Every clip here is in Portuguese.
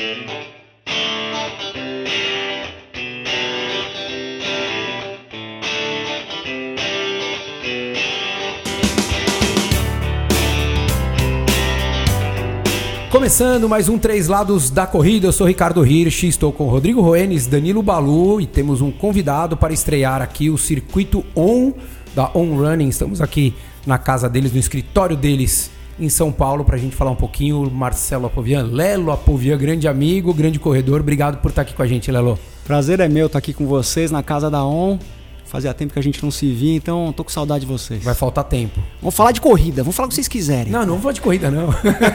Começando mais um Três Lados da Corrida, eu sou Ricardo Hirsch, estou com Rodrigo Roenes, Danilo Balu e temos um convidado para estrear aqui o circuito ON da On Running. Estamos aqui na casa deles, no escritório deles em São Paulo, para a gente falar um pouquinho. Marcelo Apovian, Lelo Apovian, grande amigo, grande corredor, obrigado por estar aqui com a gente, Lelo. Prazer é meu estar aqui com vocês na casa da ON. Fazia tempo que a gente não se via, então tô com saudade de vocês. Vai faltar tempo. Vamos falar de corrida, vamos falar o que vocês quiserem. Não vamos falar de corrida, não.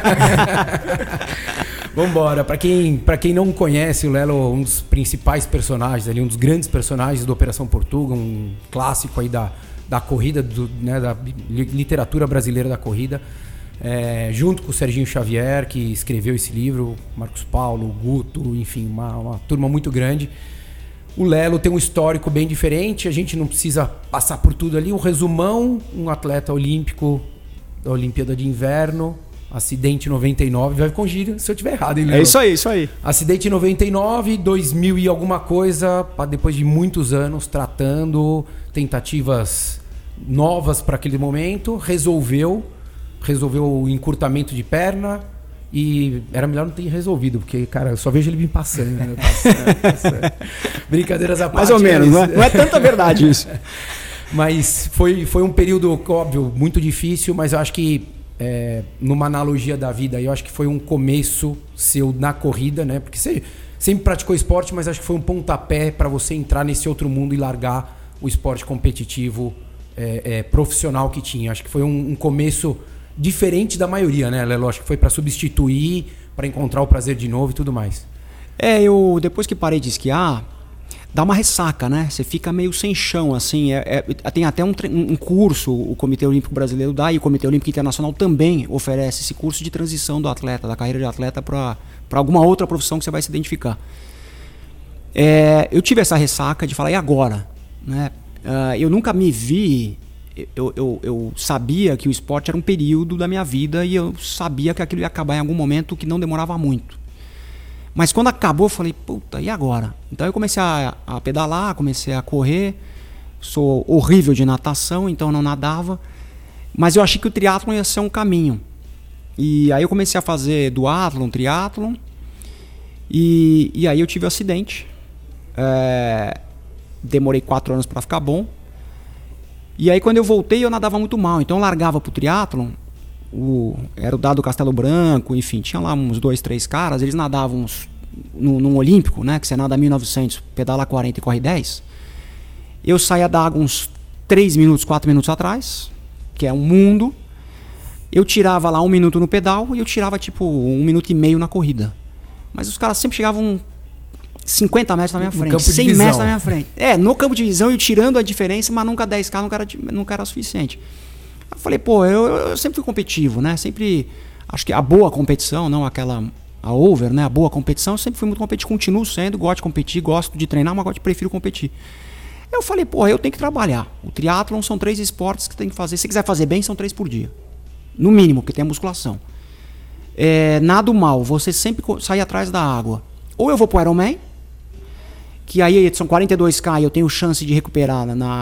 Vambora. Pra quem não conhece, o Lelo, um dos principais personagens ali, um dos grandes personagens do Operação Portuga, um clássico aí da corrida, da literatura brasileira da corrida. Junto com o Serginho Xavier, que escreveu esse livro, Marcos Paulo, Guto, enfim, uma turma muito grande. O Lelo tem um histórico bem diferente, a gente não precisa passar por tudo ali. Um resumão, um atleta olímpico da Olimpíada de Inverno, acidente em 99, vai corrigir se eu estiver errado, hein, Lelo? É isso aí. Acidente em 99, 2000 e alguma coisa, depois de muitos anos tratando, tentativas novas para aquele momento, resolveu o encurtamento de perna. E era melhor não ter resolvido, porque, cara, eu só vejo ele me passando, né? Passando. Brincadeiras à parte. Mais ou menos, não é tanta verdade isso. Mas foi um período, óbvio, muito difícil, mas eu acho que, numa analogia da vida, eu acho que foi um começo seu na corrida, né? Porque você sempre praticou esporte, mas acho que foi um pontapé para você entrar nesse outro mundo e largar o esporte competitivo profissional que tinha. Acho que foi um começo diferente da maioria, né, Lelo? Acho que foi para substituir, para encontrar o prazer de novo e tudo mais. Eu depois que parei de esquiar, dá uma ressaca, né? Você fica meio sem chão, assim. Tem até um curso, o Comitê Olímpico Brasileiro dá, e o Comitê Olímpico Internacional também oferece esse curso de transição do atleta, da carreira de atleta para alguma outra profissão que você vai se identificar. Eu tive essa ressaca de falar, e agora? Né? Eu nunca me vi... Eu sabia que o esporte era um período da minha vida e eu sabia que aquilo ia acabar em algum momento que não demorava muito. Mas quando acabou, eu falei, puta, e agora? Então eu comecei a pedalar, comecei a correr. Sou horrível de natação, então eu não nadava. Mas eu achei que o triatlon ia ser um caminho. E aí eu comecei a fazer duatlon, triatlon. E aí eu tive um acidente. Demorei 4 anos para ficar bom. E aí quando eu voltei eu nadava muito mal, então eu largava pro triatlon, era o Dado Castelo Branco, enfim, tinha lá uns 2, 3 caras, eles nadavam num olímpico, né, que você nada 1900, pedala 40 e corre 10. Eu saía da água uns 3 minutos, 4 minutos atrás, que é um mundo. Eu tirava lá 1 minuto no pedal e eu tirava tipo 1 minuto e meio na corrida. Mas os caras sempre chegavam 50 metros na minha frente, 100 metros na minha frente. No campo de visão eu tirando a diferença, mas nunca 10K nunca era suficiente. Eu falei, eu sempre fui competitivo, né? Sempre, acho que a boa competição, não a over, né? A boa competição, eu sempre fui muito competitivo, continuo sendo, gosto de competir, gosto de treinar, mas prefiro competir. Eu falei, eu tenho que trabalhar. O triatlon são 3 esportes que tem que fazer. Se quiser fazer bem, são 3 por dia. No mínimo, porque tem a musculação. Nado mal, você sempre sai atrás da água. Ou eu vou pro Ironman, que aí são 42K e eu tenho chance de recuperar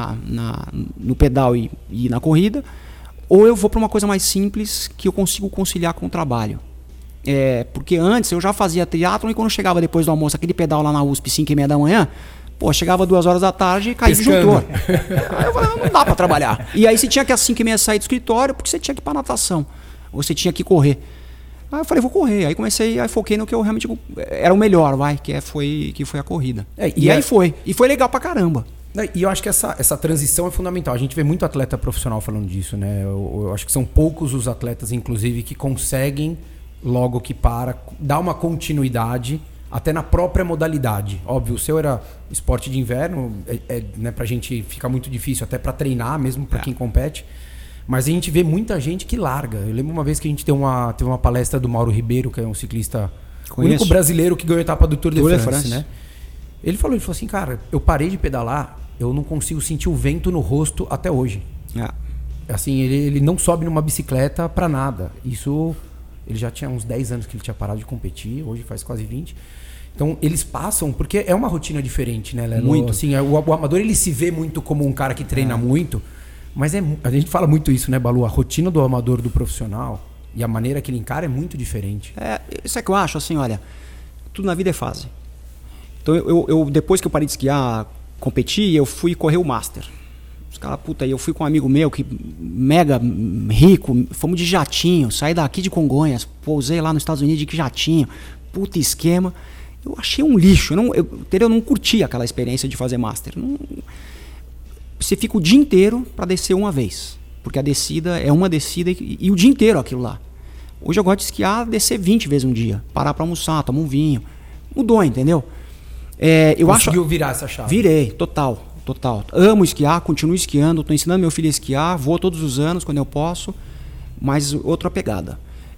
no pedal e na corrida, ou eu vou para uma coisa mais simples que eu consigo conciliar com o trabalho. Porque antes eu já fazia triatlon e quando chegava depois do almoço, aquele pedal lá na USP, 5h30 da manhã, chegava 2 horas da tarde e caía de juntor. Aí eu falei, não dá para trabalhar. E aí você tinha que às 5h30 sair do escritório porque você tinha que ir para natação, ou você tinha que correr. Aí eu falei, vou correr. Aí foquei no que eu realmente era o melhor, que foi a corrida. Aí foi. E foi legal pra caramba. E eu acho que essa transição é fundamental. A gente vê muito atleta profissional falando disso, né? Eu acho que são poucos os atletas, inclusive, que conseguem, logo que para, dar uma continuidade até na própria modalidade. Óbvio, o seu era esporte de inverno, né, pra gente fica muito difícil até pra treinar, mesmo pra quem compete. Mas a gente vê muita gente que larga. Eu lembro uma vez que a gente teve uma palestra do Mauro Ribeiro, que é um ciclista, o único brasileiro que ganhou a etapa do Tour de France, né? Ele falou assim, cara, eu parei de pedalar, eu não consigo sentir o vento no rosto até hoje. Assim, ele não sobe numa bicicleta pra nada. Isso Ele já tinha uns 10 anos que ele tinha parado de competir, hoje faz quase 20. Então, eles passam, porque é uma rotina diferente, né, Lelo? Muito. Assim, o amador, ele se vê muito como um cara que treina muito, mas a gente fala muito isso, né, Balu? A rotina do amador do profissional e a maneira que ele encara é muito diferente. Isso é que eu acho, assim, olha, tudo na vida é fase. Então, eu depois que eu parei de esquiar, competir, eu fui correr o Master. Os caras, puta, eu fui com um amigo meu que mega rico, fomos de jatinho, saí daqui de Congonhas, pousei lá nos Estados Unidos de jatinho, puta esquema. Eu achei um lixo, eu não curti aquela experiência de fazer Master. Você fica o dia inteiro para descer uma vez, porque a descida é uma descida e o dia inteiro aquilo lá. Hoje eu gosto de esquiar, descer 20 vezes um dia, parar para almoçar, tomar um vinho. Mudou, entendeu? Conseguiu virar essa chave? Virei, total. Amo esquiar, continuo esquiando, estou ensinando meu filho a esquiar, vou todos os anos quando eu posso, mas outra pegada.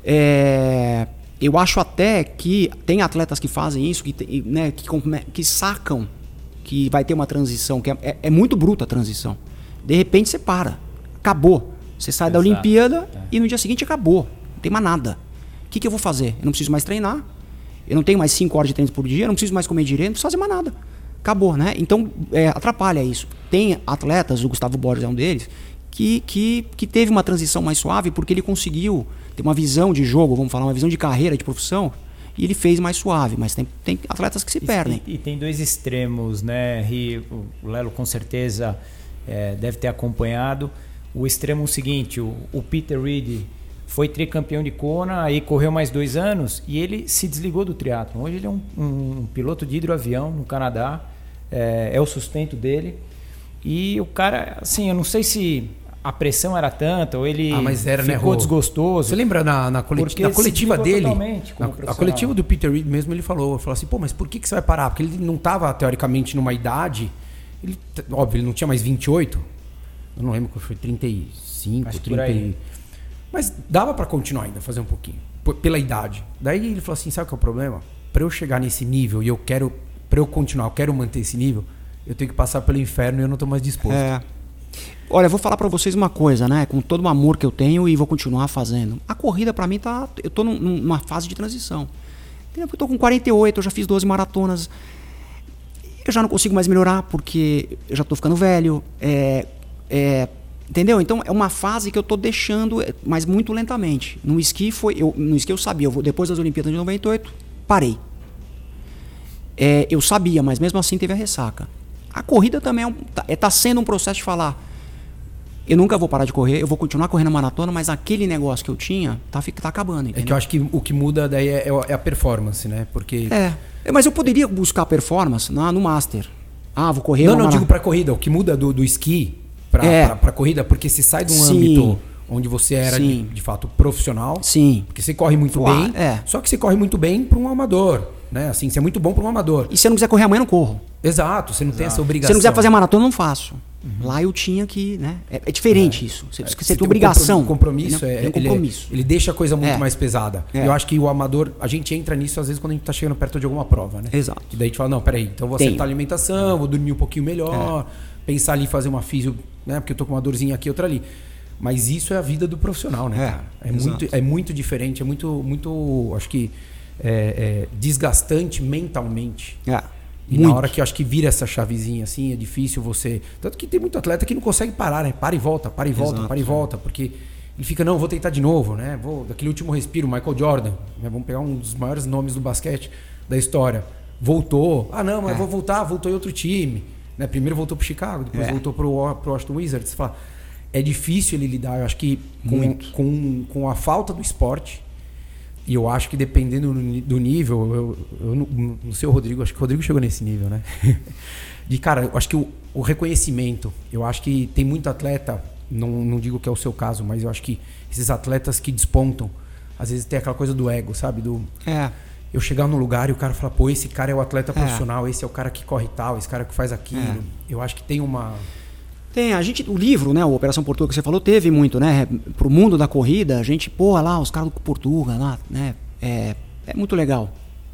Eu acho até que tem atletas que fazem isso, que sacam que vai ter uma transição, que é muito bruta a transição. De repente você para, acabou. Você sai da Olimpíada e no dia seguinte acabou, não tem mais nada. O que eu vou fazer? Eu não preciso mais treinar, eu não tenho mais 5 horas de treino por dia, eu não preciso mais comer direito, não preciso fazer mais nada. Acabou, né? Então, atrapalha isso. Tem atletas, o Gustavo Borges é um deles, que teve uma transição mais suave porque ele conseguiu ter uma visão de jogo, vamos falar, uma visão de carreira, de profissão, e ele fez mais suave. Mas tem atletas que se perdem. E tem dois extremos, né? O Lelo com certeza deve ter acompanhado. O extremo seguinte, o Peter Reed foi tricampeão de Kona, aí correu mais 2 anos e ele se desligou do triatlon. Hoje ele é um piloto de hidroavião no Canadá, é o sustento dele. E o cara, assim, eu não sei se a pressão era tanta ou ele ficou desgostoso. Você lembra na coletiva dele? A coletiva do Peter Reed mesmo, ele falou assim, pô, mas por que você vai parar? Porque ele não estava, teoricamente, numa idade... Óbvio, ele não tinha mais 28. Eu não lembro qual foi, 35, 30... Mas dava pra continuar ainda, fazer um pouquinho. Pela idade. Daí ele falou assim, sabe qual é o problema? Pra eu chegar nesse nível e pra eu continuar, eu quero manter esse nível, eu tenho que passar pelo inferno e eu não tô mais disposto. Olha, eu vou falar pra vocês uma coisa, né? Com todo o amor que eu tenho e vou continuar fazendo. A corrida pra mim eu tô numa fase de transição. Eu tô com 48, eu já fiz 12 maratonas. Eu já não consigo mais melhorar porque eu já tô ficando velho. Entendeu? Então é uma fase que eu tô deixando, mas muito lentamente. No esqui eu sabia, depois das Olimpíadas de 98, parei. Eu sabia, mas mesmo assim teve a ressaca. A corrida também tá sendo um processo de falar, eu nunca vou parar de correr, eu vou continuar correndo a maratona, mas aquele negócio que eu tinha tá acabando. Entendeu? É que eu acho que o que muda daí é a performance, né? Porque... mas eu poderia buscar performance no Master. Vou correr... Não digo pra corrida, o que muda do esqui... Pra corrida, porque se sai de um âmbito onde você era de fato profissional, porque você corre muito bem, só que você corre muito bem para um amador, né? Assim, você é muito bom para um amador. E se eu não quiser correr amanhã, eu não corro. Você não tem essa obrigação. Se eu não quiser fazer maratona, eu não faço. Lá eu tinha que, né? É diferente isso. Você tem obrigação. Compromisso, compromisso. Ele deixa a coisa muito mais pesada. Eu acho que o amador, a gente entra nisso às vezes quando a gente tá chegando perto de alguma prova, né? Exato. E daí a gente fala, não, peraí, então eu vou acertar a alimentação, vou dormir um pouquinho melhor, pensar ali, fazer uma físio, né? Porque eu tô com uma dorzinha aqui, outra ali. Mas isso é a vida do profissional, né, cara? É muito diferente, é muito, acho que desgastante mentalmente. E na hora que eu acho que vira essa chavezinha assim, é difícil você... Tanto que tem muito atleta que não consegue parar, né? Para e volta, porque ele fica, não, vou tentar de novo, né? Daquele último respiro, Michael Jordan, né? Vamos pegar um dos maiores nomes do basquete da história. Voltou, mas vou voltar, voltou em outro time. Né? Primeiro voltou pro Chicago, depois voltou pro Washington Wizards. Você fala, é difícil ele lidar, eu acho que com a falta do esporte. E eu acho que dependendo do nível, eu não sei o Rodrigo, acho que o Rodrigo chegou nesse nível, né? Cara, eu acho que o reconhecimento, eu acho que tem muito atleta, não digo que é o seu caso, mas eu acho que esses atletas que despontam, às vezes tem aquela coisa do ego, sabe? Eu chegar num lugar e o cara falar, pô, esse cara é o atleta profissional, esse é o cara que corre tal, esse cara que faz aquilo. Eu acho que tem uma... o livro, né, o Operação Portuga que você falou, teve muito, né, pro mundo da corrida, a gente, lá, os caras do Portuga, lá, né, é muito legal.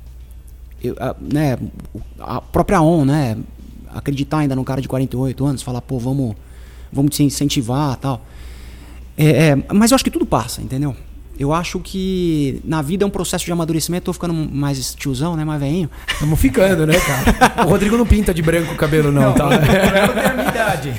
A própria ON, né, acreditar ainda num cara de 48 anos, falar, pô, vamos te incentivar e tal. Mas eu acho que tudo passa, entendeu? Eu acho que na vida é um processo de amadurecimento. Tô ficando mais tiozão, né? Mais velhinho. Estamos ficando, né, cara? O Rodrigo não pinta de branco o cabelo, não, tá? Eu tenho a minha idade.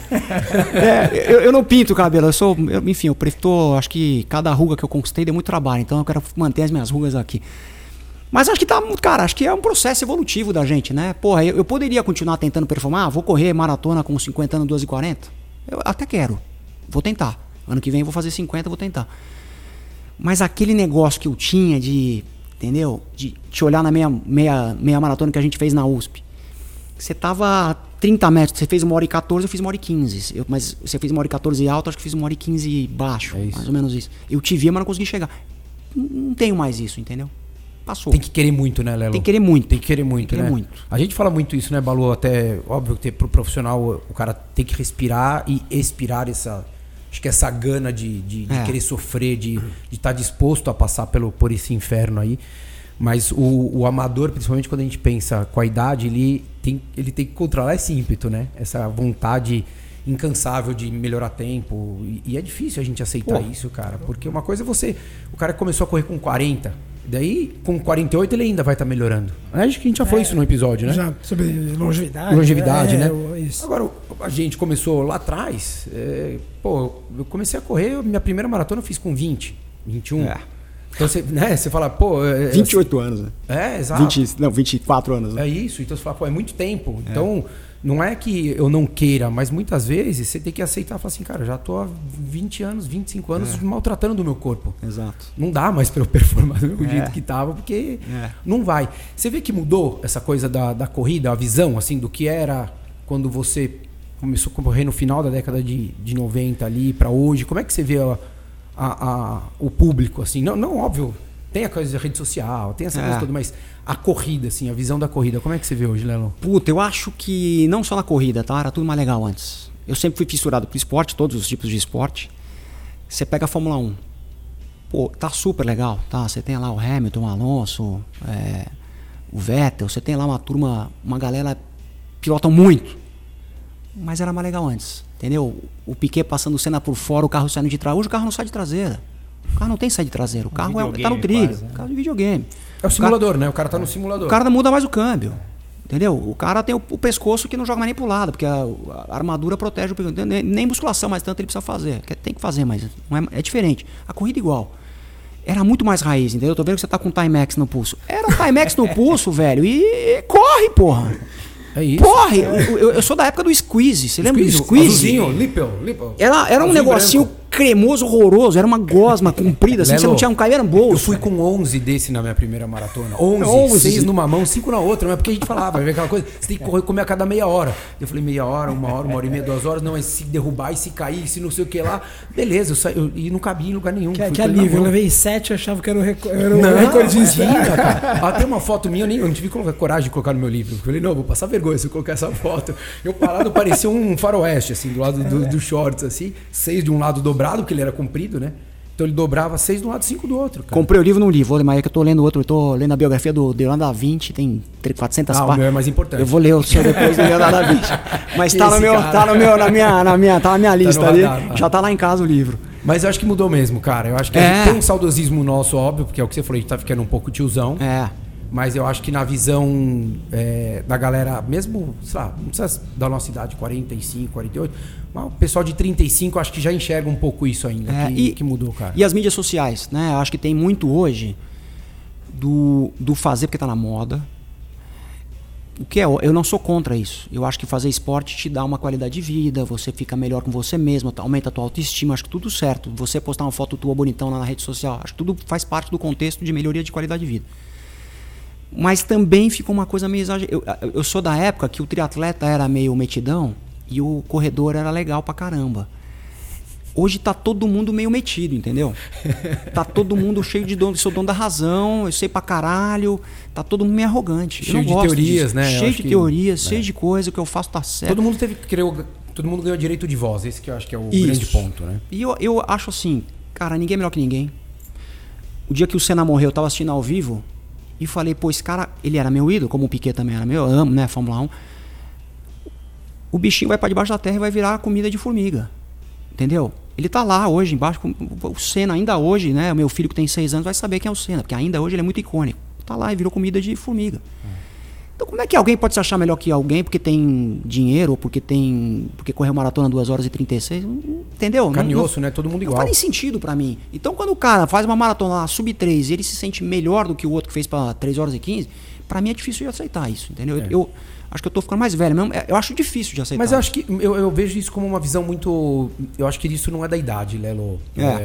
Eu não pinto o cabelo. Enfim, eu prefiro. Acho que cada ruga que eu conquistei deu muito trabalho. Então eu quero manter as minhas rugas aqui. Mas acho que cara, acho que é um processo evolutivo da gente, né? Porra, eu poderia continuar tentando performar. Vou correr maratona com 50 anos, 2h40. Eu até quero. Vou tentar. Ano que vem eu vou fazer 50, vou tentar. Mas aquele negócio que eu tinha de, entendeu? De te olhar na meia maratona que a gente fez na USP. Você tava a 30 metros, você fez 1h14, eu fiz 1h15. Mas você fez 1h14 alto, acho que fiz 1h15 baixo. Mais ou menos isso. Eu te via, mas não consegui chegar. Não tenho mais isso, entendeu? Passou. Tem que querer muito, né, Lelo? Tem que querer muito. Tem que querer muito, né? Muito. A gente fala muito isso, né, Balu? Até, óbvio que pro profissional o cara tem que respirar e expirar acho que essa gana de querer sofrer, de estar disposto a passar por esse inferno aí. Mas o amador, principalmente quando a gente pensa com a idade, ele tem que controlar esse ímpeto, né? Essa vontade incansável de melhorar tempo. E é difícil a gente aceitar isso, cara. Porque uma coisa é o cara começou a correr com 40, daí com 48 ele ainda vai estar melhorando. Acho que a gente já falou isso no episódio, né? Já, sobre longevidade. Longevidade, né? Isso. Agora, a gente começou lá atrás, eu comecei a correr, minha primeira maratona eu fiz com 20, 21. Então você fala, 28 anos, né? Exato. 24 anos. Né? É isso, então você fala, é muito tempo. Então, não é que eu não queira, mas muitas vezes você tem que aceitar e falar assim, cara, já tô há 20 anos, 25 anos maltratando o meu corpo. Exato. Não dá mais para eu performar do jeito que tava, porque não vai. Você vê que mudou essa coisa da corrida, a visão, assim, do que era quando você começou a correr no final da década de 90 ali para hoje. Como é que você vê o público, assim? Não, óbvio, tem a coisa da rede social, tem essa coisa toda, mas a corrida, assim, a visão da corrida, como é que você vê hoje, Lelo? Puta, eu acho que não só na corrida, tá? Era tudo mais legal antes. Eu sempre fui fissurado pro esporte, todos os tipos de esporte. Você pega a Fórmula 1. Pô, tá super legal, tá? Você tem lá o Hamilton, o Alonso, o Vettel, você tem lá uma turma, uma galera pilotam muito. Mas era mais legal antes, entendeu? O Piquet passando cena por fora, o carro saindo de trás. Hoje o carro não sai de traseira. O carro não tem saída de traseira. O carro tá no trilho. Quase, né? Carro de videogame. É o simulador, né? O cara tá no simulador. O cara não muda mais o câmbio. Entendeu? O cara tem o pescoço que não joga mais nem pro lado, porque a armadura protege o pescoço. Nem musculação mais tanto ele precisa fazer. Tem que fazer, mas não é diferente. A corrida igual. Era muito mais raiz, entendeu? Eu tô vendo que você tá com Timex no pulso. Era Timex no pulso, velho. E corre, porra. É isso. Porra, eu sou da época do Squeeze. Você lembra do Squeeze? Azulzinho, Lippel. Era um negocinho cremoso, horroroso. Era uma gosma comprida, assim, você não tinha um cair, era um bolso. Eu fui com 11 desse na minha primeira maratona. 11, 6 numa mão, 5 na outra. Não é porque a gente falava, vai ver aquela coisa, você tem que comer a cada meia hora. Eu falei, meia hora, uma hora e meia, 2 horas. Não, é se derrubar e se cair, se não sei o que lá. Beleza, e não cabia em lugar nenhum. Que alívio, eu levei 7, eu achava que era o recordista. Cara. Tem uma foto minha, eu não tive coragem de colocar no meu livro. Eu falei, não, vou passar vergonha se eu colocar essa foto. Eu parado, parecia um faroeste, assim, do lado do shorts, assim. 6 de um lado dobrado, porque ele era comprido, né? Então ele dobrava 6 de um lado, 5 do outro, cara. Comprei o livro num livro, mas é que eu tô lendo outro. Eu tô lendo a biografia do Leonardo da Vinci, tem 400 páginas. O meu é mais importante. Eu vou ler o seu depois do Leonardo da Vinci. Mas tá na minha lista ali. Já tá lá em casa o livro. Mas eu acho que mudou mesmo, cara. Eu acho que a gente tem um saudosismo nosso, óbvio, porque é o que você falou, a gente tá ficando um pouco tiozão. Mas eu acho que na visão da galera, mesmo, sei lá, não precisa da nossa idade, 45, 48, mas o pessoal de 35 acho que já enxerga um pouco isso ainda, que mudou, cara. E as mídias sociais, né? Acho que tem muito hoje do fazer porque tá na moda. O que eu não sou contra isso. Eu acho que fazer esporte te dá uma qualidade de vida, você fica melhor com você mesmo, aumenta a tua autoestima, acho que tudo certo. Você postar uma foto tua bonitão lá na rede social, acho que tudo faz parte do contexto de melhoria de qualidade de vida. Mas também ficou uma coisa meio exagerada. Eu sou da época que o triatleta era meio metidão e o corredor era legal pra caramba. Hoje tá todo mundo meio metido, entendeu? Tá todo mundo cheio de dono, sou dono da razão, eu sei pra caralho, tá todo mundo meio arrogante. Cheio de teorias, disso. né? Cheio de teorias, cheio de coisa, o que eu faço tá certo. Todo mundo ganhou direito de voz, esse que eu acho que é o grande ponto, né? E eu acho assim, cara, ninguém é melhor que ninguém. O dia que o Senna morreu, eu tava assistindo ao vivo, e falei, pô, esse cara, ele era meu ídolo, como o Piquet também era meu, eu amo, né, Fórmula 1. O bichinho vai pra debaixo da terra e vai virar comida de formiga. Entendeu? Ele tá lá hoje, embaixo, o Senna, ainda hoje, né? O meu filho que tem 6 anos vai saber quem é o Senna, porque ainda hoje ele é muito icônico. Tá lá e virou comida de formiga. Então como é que alguém pode se achar melhor que alguém porque tem dinheiro ou porque correu maratona 2 horas e 36? Entendeu? Carne e osso, né? Todo mundo igual. Não faz nem sentido pra mim. Então quando o cara faz uma maratona lá, sub 3, e ele se sente melhor do que o outro que fez pra 3 horas e 15, pra mim é difícil de aceitar isso, entendeu? Eu acho que eu tô ficando mais velho mesmo. Eu acho difícil de aceitar. Mas eu acho que eu vejo isso como uma visão muito... Eu acho que isso não é da idade, Lelo.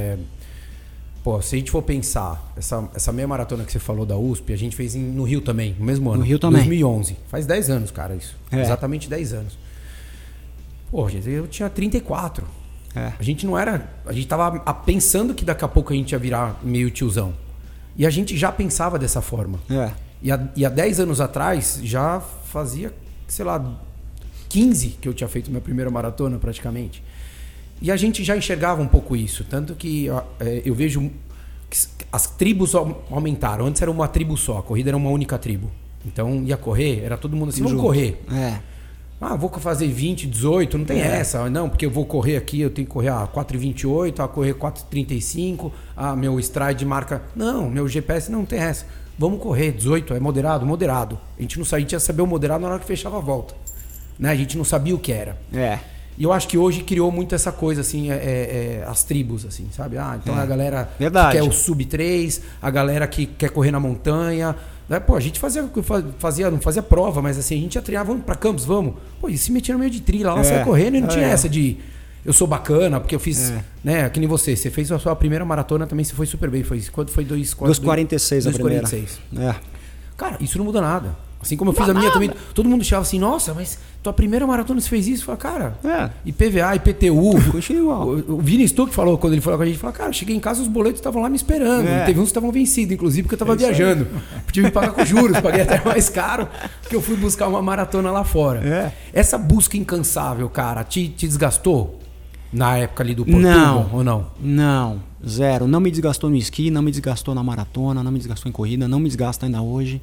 Pô, se a gente for pensar, essa meia maratona que você falou da USP, a gente fez no Rio também, no mesmo ano. No Rio também. 2011. Faz 10 anos, cara, isso. Exatamente 10 anos. Pô, gente, eu tinha 34. A gente não era... A gente tava pensando que daqui a pouco a gente ia virar meio tiozão. E a gente já pensava dessa forma. E há 10 anos atrás, já fazia, sei lá, 15 que eu tinha feito minha primeira maratona, praticamente. E a gente já enxergava um pouco isso. Tanto que eu vejo que as tribos aumentaram. Antes era uma tribo só, a corrida era uma única tribo. Então ia correr, era todo mundo assim, vamos correr. Vou fazer 20, 18, não tem essa. Não, porque eu vou correr aqui, eu tenho que correr a 4,28, a correr 4,35, meu stride marca... Não, meu GPS não tem essa. Vamos correr, 18, é moderado, moderado. A gente não sabia, a gente ia saber o moderado na hora que fechava a volta. Né? A gente não sabia o que era. E eu acho que hoje criou muito essa coisa, assim, as tribos, assim, sabe? Então a galera que quer o sub 3, a galera que quer correr na montanha. Né? Pô, a gente não fazia prova, mas assim, a gente ia treinar, vamos pra Campos, vamos. Pô, e se metia no meio de trilha, lá saia correndo e não tinha essa de... Eu sou bacana, porque eu fiz, né, que nem você fez a sua primeira maratona também, você foi super bem. Quanto foi? 2,46 a primeira. 2,46. Cara, isso não muda nada. Assim como eu fiz a minha também, todo mundo achava assim, nossa, mas tua primeira maratona você fez isso? Eu falei, cara, IPVA, IPTU. O Vini Stuck falou, quando ele falou com a gente, falou, cara, cheguei em casa, os boletos estavam lá me esperando. Teve uns que estavam vencidos, inclusive, porque eu tava viajando. Tive que pagar com juros, paguei até mais caro, porque eu fui buscar uma maratona lá fora. Essa busca incansável, cara, te desgastou? Na época ali do Portugal, ou não? Não, zero. Não me desgastou no esqui, não me desgastou na maratona, não me desgastou em corrida, não me desgasta ainda hoje.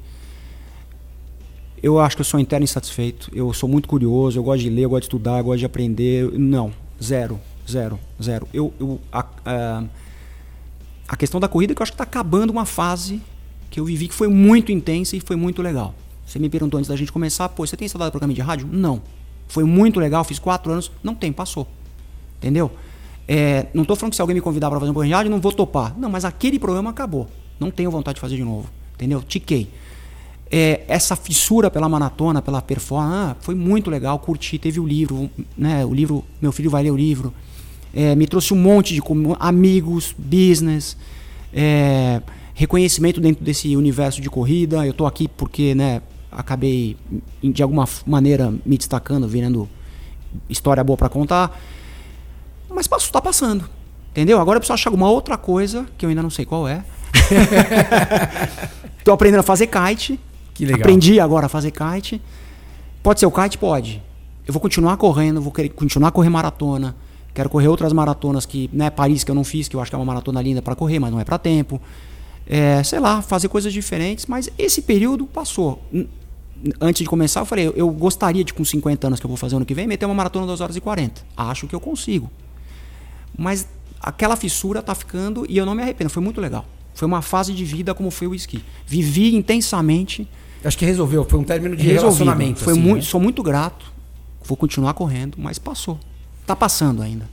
Eu acho que eu sou interno insatisfeito. Eu sou muito curioso, eu gosto de ler, eu gosto de estudar, eu gosto de aprender. Não, zero. A questão da corrida é que eu acho que está acabando uma fase que eu vivi que foi muito intensa e foi muito legal. Você me perguntou antes da gente começar, você tem estudado programa de rádio? Não. Foi muito legal, fiz 4 anos. Não tem, passou. Entendeu? Não estou falando que se alguém me convidar para fazer um programa de rádio, não vou topar. Não, mas aquele programa acabou. Não tenho vontade de fazer de novo. Entendeu? Tiquei. Essa fissura pela maratona, pela performance, foi muito legal, curti, teve o livro, né? O livro, meu filho vai ler o livro, me trouxe um monte de amigos, business, reconhecimento dentro desse universo de corrida. Eu estou aqui porque, né, acabei de alguma maneira me destacando, virando história boa para contar, mas está passando, entendeu? Agora eu preciso achar alguma outra coisa que eu ainda não sei qual é. Estou aprendendo a fazer kite. Que legal. Aprendi agora a fazer kite. Pode ser o kite? Pode. Eu vou continuar correndo, vou querer continuar a correr maratona. Quero correr outras maratonas que, né, Paris que eu não fiz, que eu acho que é uma maratona linda para correr, mas não é para tempo. Sei lá, fazer coisas diferentes, mas esse período passou. Antes de começar, eu falei, eu gostaria de, com 50 anos que eu vou fazer ano que vem, meter uma maratona 2 horas e 40. Acho que eu consigo. Mas aquela fissura tá ficando e eu não me arrependo, foi muito legal. Foi uma fase de vida como foi o esqui. Vivi intensamente. Acho que resolveu, foi um término de relacionamento. Foi assim, muito, né? Sou muito grato, vou continuar correndo, mas passou. Tá passando ainda.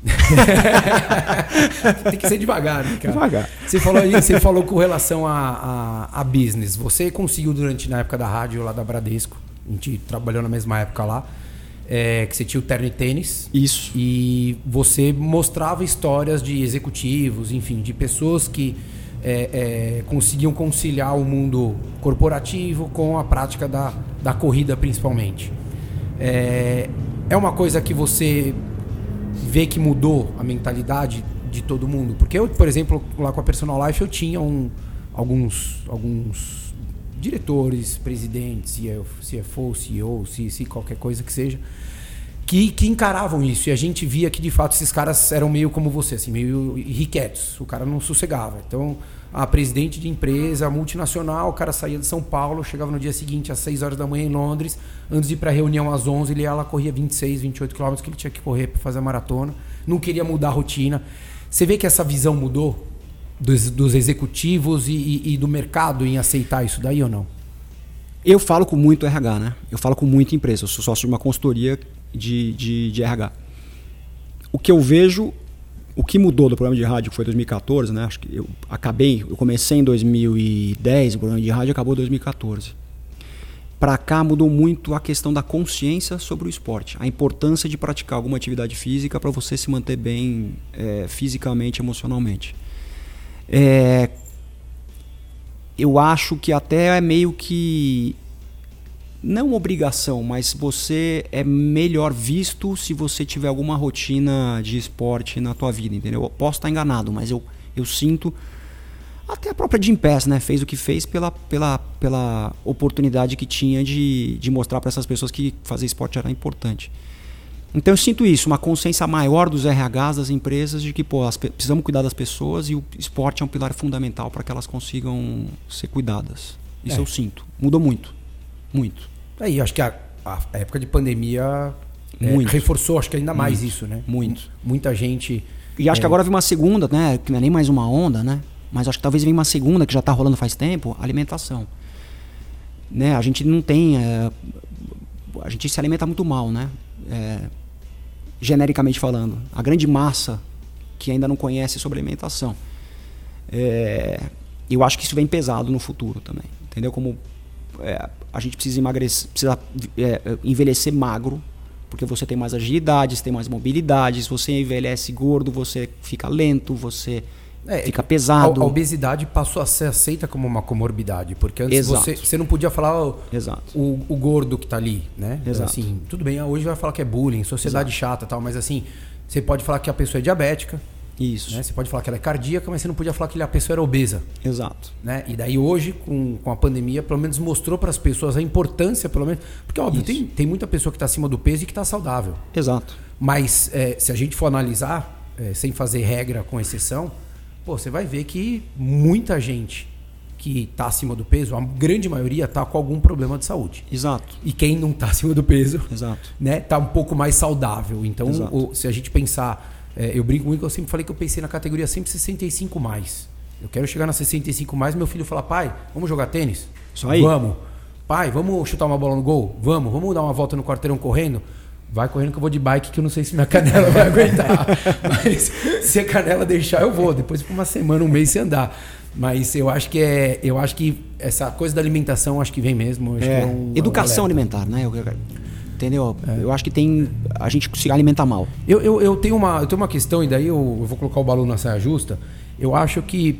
Tem que ser devagar, né, cara? Devagar. Você falou com relação a business. Você conseguiu na época da rádio lá da Bradesco, a gente trabalhou na mesma época lá, que você tinha o terno e tênis. Isso. E você mostrava histórias de executivos, enfim, de pessoas que conseguiam conciliar o mundo corporativo com a prática da corrida, principalmente. É uma coisa que você vê que mudou a mentalidade de todo mundo? Porque eu, por exemplo, lá com a Personal Life, eu tinha alguns diretores, presidentes, CFO, CEO, CC, qualquer coisa que seja, que encaravam isso. E a gente via que, de fato, esses caras eram meio como você, assim, meio irrequietos. O cara não sossegava. Então, a presidente de empresa multinacional, o cara saía de São Paulo, chegava no dia seguinte às 6 horas da manhã em Londres. Antes de ir para a reunião às 11, ele corria 26, 28 quilômetros que ele tinha que correr para fazer a maratona. não queria mudar a rotina. Você vê que essa visão mudou dos executivos e do mercado em aceitar isso daí ou não? Eu falo com muito RH, né? Eu falo com muita empresa. Eu sou sócio de uma consultoria de RH. O que eu vejo, o que mudou do programa de rádio, que foi 2014, né? Acho que eu comecei em 2010, o programa de rádio acabou em 2014. Para cá mudou muito a questão da consciência sobre o esporte. A importância de praticar alguma atividade física para você se manter bem fisicamente, emocionalmente. Eu acho que até é meio que, não obrigação, mas você é melhor visto se você tiver alguma rotina de esporte na tua vida, entendeu? Eu posso estar enganado, mas eu sinto, até a própria Jim Pass, né, fez o que fez pela oportunidade que tinha de mostrar para essas pessoas que fazer esporte era importante. Então eu sinto isso, uma consciência maior dos RHs das empresas de que precisamos cuidar das pessoas e o esporte é um pilar fundamental para que elas consigam ser cuidadas. Isso eu sinto. Mudou muito. Muito. Aí, acho que a época de pandemia reforçou, acho que ainda mais isso, né? Muito. Muita gente... E acho que agora vem uma segunda, né? Que não é nem mais uma onda, né? Mas acho que talvez venha uma segunda que já está rolando faz tempo, alimentação. Né? A gente não tem... a gente se alimenta muito mal, né? Genericamente falando, a grande massa que ainda não conhece sobre alimentação. Eu acho que isso vem pesado no futuro também, entendeu? Como a gente precisa emagrecer, precisa envelhecer magro, porque você tem mais agilidade, você tem mais mobilidade. Se você envelhece gordo, você fica lento, você fica pesado. A obesidade passou a ser aceita como uma comorbidade, porque antes você não podia falar o gordo que está ali, né? Exato. Assim, tudo bem, hoje vai falar que é bullying, sociedade chata e tal, mas assim, você pode falar que a pessoa é diabética. Isso. Né? Você pode falar que ela é cardíaca, mas você não podia falar que a pessoa era obesa. Exato. Né? E daí hoje, com a pandemia, pelo menos mostrou para as pessoas a importância, pelo menos... Porque, óbvio, tem muita pessoa que está acima do peso e que está saudável. Exato. Mas se a gente for analisar, sem fazer regra com exceção, você vai ver que muita gente que está acima do peso, a grande maioria está com algum problema de saúde. Exato. E quem não está acima do peso, né, está um pouco mais saudável. Então, se a gente pensar... eu brinco muito, eu sempre falei que eu pensei na categoria sempre 65 mais. Eu quero chegar na 65 mais, meu filho fala, pai, vamos jogar tênis? Isso aí. Vamos. Pai, vamos chutar uma bola no gol? Vamos dar uma volta no quarteirão correndo? Vai correndo que eu vou de bike, que eu não sei se minha canela vai aguentar. Mas se a canela deixar, eu vou. Depois por uma semana, um mês sem andar. Mas eu acho que essa coisa da alimentação acho que vem mesmo. Acho que educação alimentar, né? Entendeu? Eu acho que a gente se alimenta mal. Eu tenho uma questão, e daí eu vou colocar o balão na saia justa. Eu acho que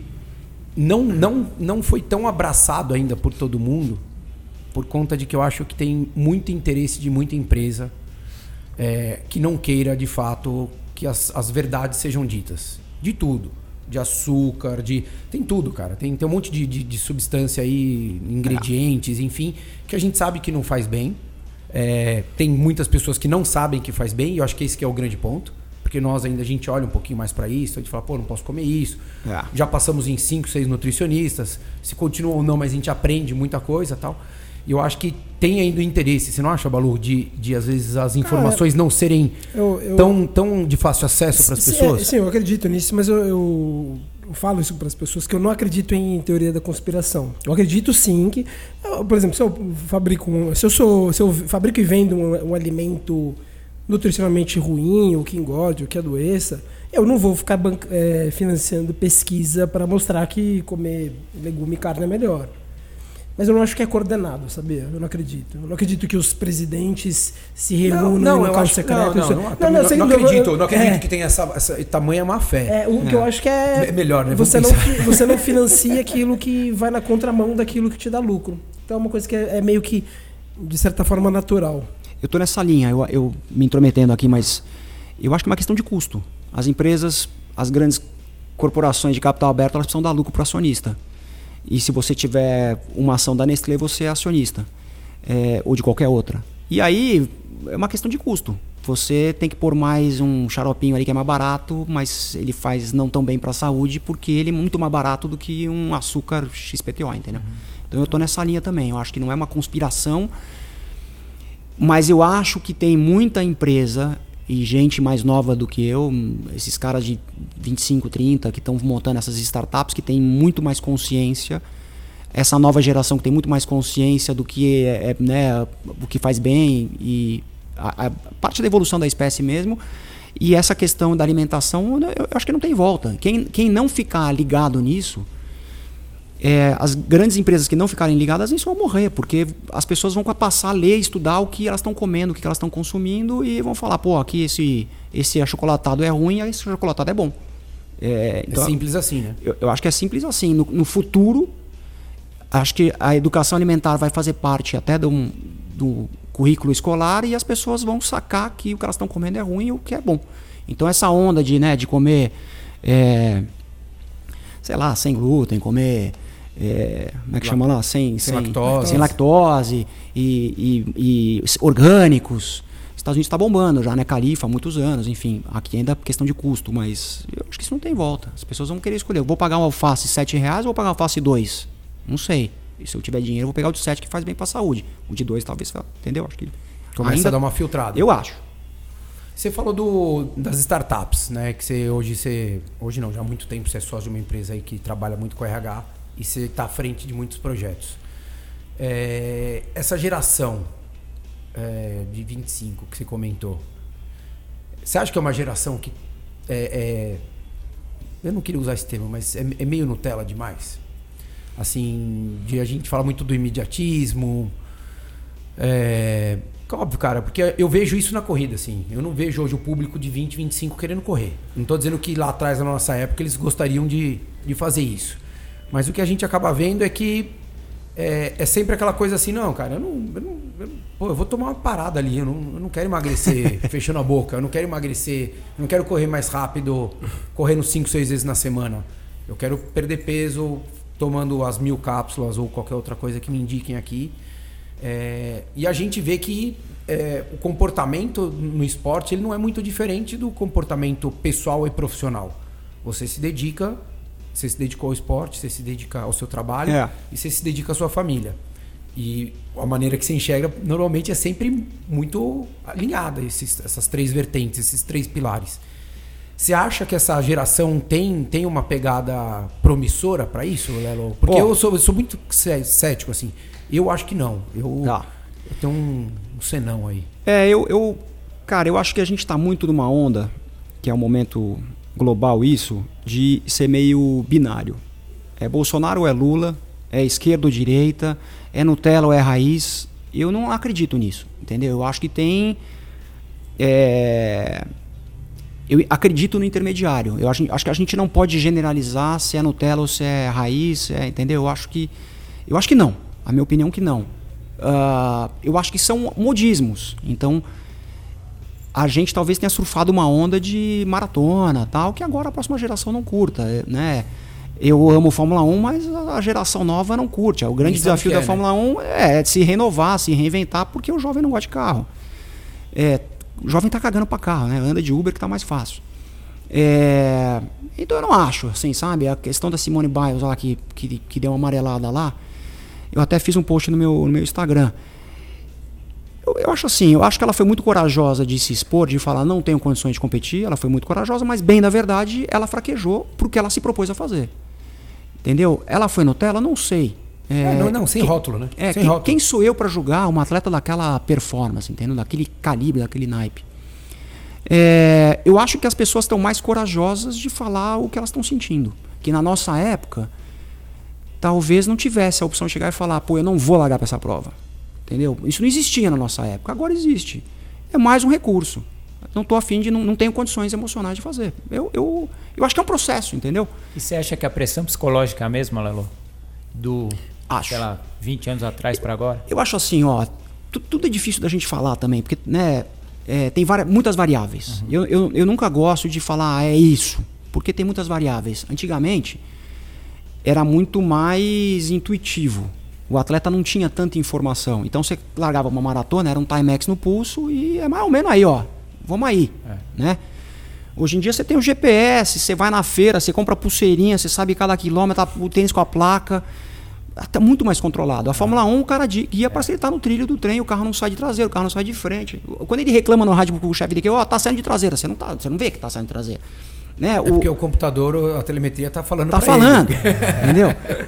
não foi tão abraçado ainda por todo mundo, por conta de que eu acho que tem muito interesse de muita empresa que não queira, de fato, que as verdades sejam ditas. De tudo. De açúcar, tem tudo, cara. Tem um monte de substância aí, ingredientes, enfim, que a gente sabe que não faz bem. Tem muitas pessoas que não sabem que faz bem, e eu acho que esse que é o grande ponto. Porque nós ainda, a gente olha um pouquinho mais para isso, a gente fala, não posso comer isso. Já passamos em 5, 6 nutricionistas, se continua ou não, mas a gente aprende muita coisa e tal. E eu acho que tem ainda interesse, você não acha, Balu, de às vezes as informações não serem tão de fácil acesso para as pessoas? Sim, eu acredito nisso, mas eu falo isso para as pessoas que eu não acredito em teoria da conspiração. Eu acredito sim que, por exemplo, se eu fabrico e vendo um alimento nutricionalmente ruim, ou que engorde, ou que adoeça, eu não vou ficar financiando pesquisa para mostrar que comer legume e carne é melhor. Mas eu não acho que é coordenado, sabia? Eu não acredito. Eu não acredito que os presidentes se reúnam no local secreto. Não acredito que tenha essa tamanha má fé. O que eu acho que é melhor, né? Você não financia aquilo que vai na contramão daquilo que te dá lucro. Então é uma coisa que é meio que, de certa forma, natural. Eu estou nessa linha, eu me intrometendo aqui, mas eu acho que é uma questão de custo. As empresas, as grandes corporações de capital aberto, elas precisam dar lucro para o acionista. E se você tiver uma ação da Nestlé, você é acionista. Ou de qualquer outra. E aí, é uma questão de custo. Você tem que pôr mais um xaropinho ali que é mais barato, mas ele faz não tão bem para a saúde, porque ele é muito mais barato do que um açúcar XPTO, entendeu? Então eu estou nessa linha também. Eu acho que não é uma conspiração, mas eu acho que tem muita empresa e gente mais nova do que eu, esses caras de 25, 30 que estão montando essas startups, que têm muito mais consciência, essa nova geração que tem muito mais consciência do que né, o que faz bem e a parte da evolução da espécie mesmo. E essa questão da alimentação, eu acho que não tem volta. Quem não ficar ligado nisso, as grandes empresas que não ficarem ligadas, isso vão morrer, porque as pessoas vão passar a ler, estudar o que elas estão comendo, o que elas estão consumindo, e vão falar, pô, aqui esse achocolatado é ruim, esse achocolatado é bom. Então, simples assim, né? Eu acho que é simples assim. No futuro, acho que a educação alimentar vai fazer parte até do currículo escolar, e as pessoas vão sacar que o que elas estão comendo é ruim e o que é bom. Então essa onda de comer, sei lá, sem glúten, comer, como é que chama lá? Sem lactose e orgânicos. Estados Unidos está bombando já, né? Califa há muitos anos, enfim. Aqui ainda é questão de custo, mas eu acho que isso não tem volta. As pessoas vão querer escolher. Eu vou pagar um alface R$7 ou vou pagar um alface 2? Não sei. E se eu tiver dinheiro, eu vou pegar o de 7 que faz bem para a saúde. O de 2 talvez, entendeu? Acho que começa a dar uma filtrada. Eu acho. Você falou das startups, né? Que hoje não, já há muito tempo você é sócio de uma empresa aí que trabalha muito com RH e você está à frente de muitos projetos. Essa geração de 25 que você comentou, você acha que é uma geração que eu não queria usar esse termo, mas é meio Nutella demais? Assim, a gente fala muito do imediatismo. Óbvio, cara, porque eu vejo isso na corrida, assim. Eu não vejo hoje o público de 20, 25 querendo correr. Não estou dizendo que lá atrás, na nossa época, eles gostariam de fazer isso. Mas o que a gente acaba vendo é que é sempre aquela coisa assim, não, cara, eu vou tomar uma parada ali, eu não quero emagrecer fechando a boca, eu não quero emagrecer, eu não quero correr mais rápido, correndo 5, 6 vezes na semana. Eu quero perder peso tomando as 1000 cápsulas ou qualquer outra coisa que me indiquem aqui. E a gente vê que o comportamento no esporte ele não é muito diferente do comportamento pessoal e profissional. Você se dedicou ao esporte, você se dedica ao seu trabalho e você se dedica à sua família. E a maneira que você enxerga normalmente é sempre muito alinhada, essas 3 vertentes, esses 3 pilares. Você acha que essa geração tem uma pegada promissora para isso, Lelo? Porque eu sou muito cético, assim. Eu acho que não. Eu tenho um senão aí. Cara, eu acho que a gente está muito numa onda, que é um momento global isso, de ser meio binário. É Bolsonaro ou é Lula, é esquerda ou direita, é Nutella ou é raiz. Eu não acredito nisso, entendeu? Eu acho que tem... Eu acredito no intermediário. Eu acho que a gente não pode generalizar se é Nutella ou se é raiz, entendeu? Eu acho que não. A minha opinião é que não. Eu acho que são modismos. Então, a gente talvez tenha surfado uma onda de maratona, tal, que agora a próxima geração não curta, né? Eu amo Fórmula 1, mas a geração nova não curte. O grande desafio da Fórmula 1 é se renovar, se reinventar, porque o jovem não gosta de carro. O jovem tá cagando pra carro, né? Anda de Uber que tá mais fácil. Então eu não acho, assim, sabe? A questão da Simone Biles lá, que deu uma amarelada lá, eu até fiz um post no meu Instagram. Eu acho assim, eu acho que ela foi muito corajosa de se expor, de falar não tenho condições de competir, ela foi muito corajosa, mas bem da verdade ela fraquejou porque ela se propôs a fazer. Entendeu? Ela foi Nutella? Não sei. Sem rótulo, né? Sem rótulo. Quem sou eu para julgar uma atleta daquela performance, entendeu? Daquele calibre, daquele naipe? Eu acho que as pessoas estão mais corajosas de falar o que elas estão sentindo. Que na nossa época, talvez não tivesse a opção de chegar e falar, pô, eu não vou largar para essa prova. Entendeu? Isso não existia na nossa época, agora existe. É mais um recurso. Não estou afim de, não tenho condições emocionais de fazer. Eu acho que é um processo, entendeu? E você acha que a pressão psicológica é a mesma, Lelo? Sei lá, 20 anos atrás para agora? Eu acho assim, tudo é difícil da gente falar também, porque né, tem muitas variáveis. Uhum. Eu nunca gosto de falar é isso, porque tem muitas variáveis. Antigamente, era muito mais intuitivo. O atleta não tinha tanta informação. Então você largava uma maratona, era um Timex no pulso e é mais ou menos aí, vamos aí, né? Hoje em dia você tem o GPS, você vai na feira, você compra pulseirinha, você sabe cada quilômetro, o tênis com a placa. Até muito mais controlado. A Fórmula 1, o cara guia para aceitar no trilho do trem, o carro não sai de traseiro, o carro não sai de frente. Quando ele reclama no rádio pro chefe dele que tá saindo de traseira, você não vê que tá saindo de traseira. Né? Porque o computador, a telemetria tá falando pra ele. Entendeu?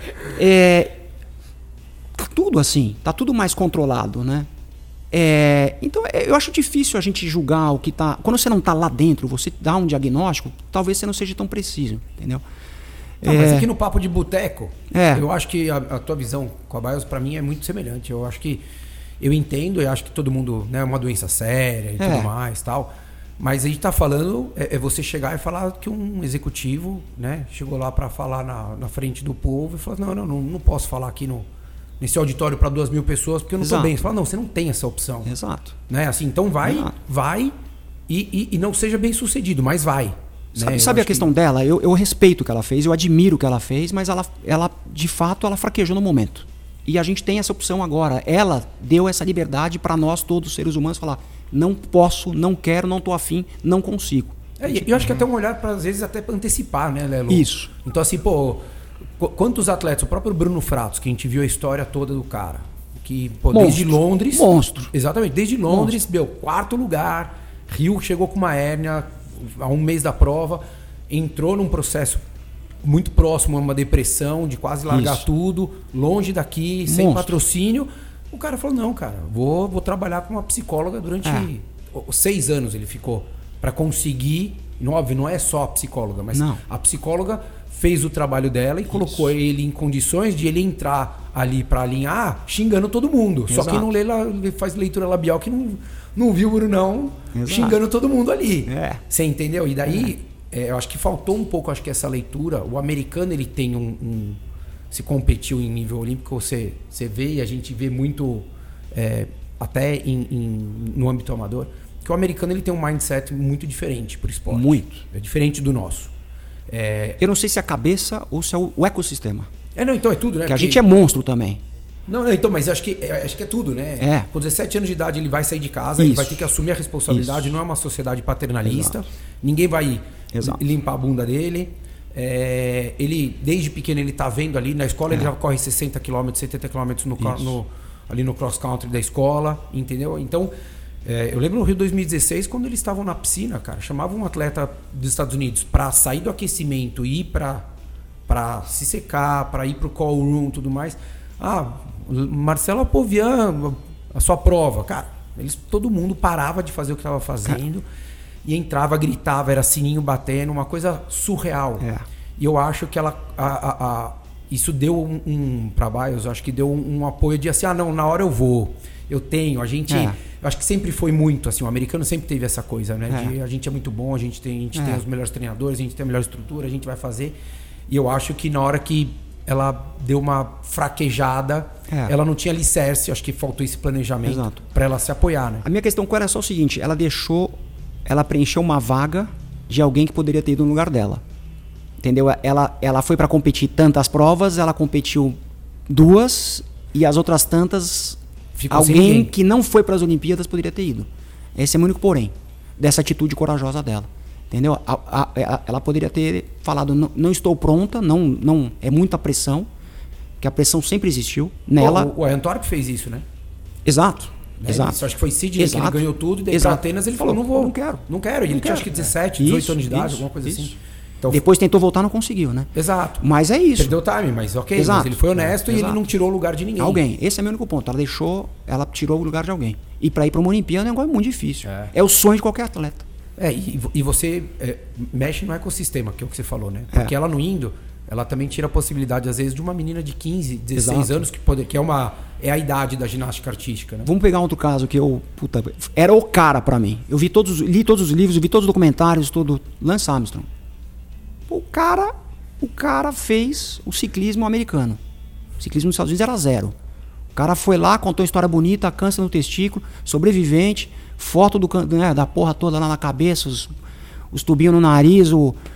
Tá tudo assim, tá tudo mais controlado, né? Então eu acho difícil a gente julgar o que tá... Quando você não tá lá dentro, você dá um diagnóstico, talvez você não seja tão preciso, entendeu? Mas aqui no Papo de Boteco, eu acho que a tua visão com a BIOS para mim é muito semelhante. Eu acho que eu entendo, eu acho que todo mundo, né, é uma doença séria e tudo mais, tal. Mas a gente tá falando você chegar e falar que um executivo, né, chegou lá para falar na frente do povo e falou: não posso falar aqui nesse auditório para 2.000 pessoas porque eu não tô bem. Você fala: não, você não tem essa opção. Exato. Né? Assim, então vai e não seja bem sucedido, mas vai. Sabe a questão dela? Eu respeito o que ela fez, eu admiro o que ela fez, mas ela de fato, ela fraquejou no momento. E a gente tem essa opção agora. Ela deu essa liberdade para nós, todos os seres humanos, falar: não posso, não quero, não tô afim, não consigo. Eu acho que até um olhar para, às vezes, até para antecipar, né, Lelo? Isso. Então, assim, quantos atletas, o próprio Bruno Fratos, que a gente viu a história toda do cara, que desde Londres... Monstro. Exatamente, desde Londres, 4º lugar, Rio chegou com uma hérnia há um mês da prova, entrou num processo muito próximo a uma depressão, de quase largar tudo, longe daqui, sem patrocínio. O cara falou: não, cara, vou trabalhar com uma psicóloga durante 6 anos ele ficou, para conseguir, óbvio, não é só a psicóloga, mas a psicóloga fez o trabalho dela e colocou ele em condições de ele entrar ali para alinhar, xingando todo mundo. Exato. Só que não faz leitura labial, que não viu o Brunão xingando todo mundo ali. Você entendeu? E daí, eu acho que faltou um pouco, acho que essa leitura. O americano, ele tem se competiu em nível olímpico, você vê, e a gente vê muito, até no âmbito amador, que o americano ele tem um mindset muito diferente pro esporte. Muito. É diferente do nosso. Eu não sei se é a cabeça ou se é o ecossistema. Então é tudo, né? Porque a gente é monstro também. Não, então, mas acho que é tudo, né? Com 17 anos de idade ele vai sair de casa, ele vai ter que assumir a responsabilidade. Não é uma sociedade paternalista. Exato. Ninguém vai limpar a bunda dele. Ele, desde pequeno, ele tá vendo ali na escola, ele já corre 60 km, 70 km ali no cross country da escola, entendeu? Então, eu lembro no Rio 2016, quando eles estavam na piscina, cara, chamavam um atleta dos Estados Unidos para sair do aquecimento e ir para se secar, para ir pro call room e tudo mais. Marcelo Apovian, a sua prova. Cara, todo mundo parava de fazer o que estava fazendo e entrava, gritava, era sininho batendo, uma coisa surreal. E eu acho que isso deu para a BIOS, acho que deu um apoio de assim, não, na hora eu vou. Eu tenho, a gente... Eu acho que sempre foi muito, assim, o americano sempre teve essa coisa, né? De a gente é muito bom, a gente tem os melhores treinadores, a gente tem a melhor estrutura, a gente vai fazer. E eu acho que na hora que ela deu uma fraquejada, ela não tinha alicerce, acho que faltou esse planejamento para ela se apoiar, né? A minha questão era só o seguinte: ela preencheu uma vaga de alguém que poderia ter ido no lugar dela. Entendeu? Ela foi para competir tantas provas, ela competiu 2 e as outras tantas ficou alguém que não foi para as Olimpíadas poderia ter ido. Esse é o único porém dessa atitude corajosa dela. Entendeu? Ela poderia ter falado: não estou pronta, não é muita pressão, que a pressão sempre existiu nela. O Antwerp fez isso, né? Exato. Acho que foi Sydney que ele ganhou tudo, e daí para Atenas ele falou: não quero. E ele tinha acho que 17, 18 anos de idade, alguma coisa assim. Então, depois tentou voltar, não conseguiu, né? Exato. Mas é isso. Perdeu o time, mas ok. Mas ele foi honesto e ele não tirou o lugar de ninguém. Esse é o meu único ponto. Ela tirou o lugar de alguém. E para ir para uma Olimpíada é um negócio muito difícil. É o sonho de qualquer atleta. E você mexe no ecossistema, que é o que você falou, né? Porque ela não indo, ela também tira a possibilidade, às vezes, de uma menina de 15, 16 anos, que é a idade da ginástica artística, né? Vamos pegar outro caso que era o cara pra mim. Eu li todos os livros, eu vi todos os documentários, Lance Armstrong. O cara fez o ciclismo americano. O ciclismo nos Estados Unidos era 0. O cara foi lá, contou uma história bonita, câncer no testículo, sobrevivente, foto da porra toda lá na cabeça, os tubinhos no nariz,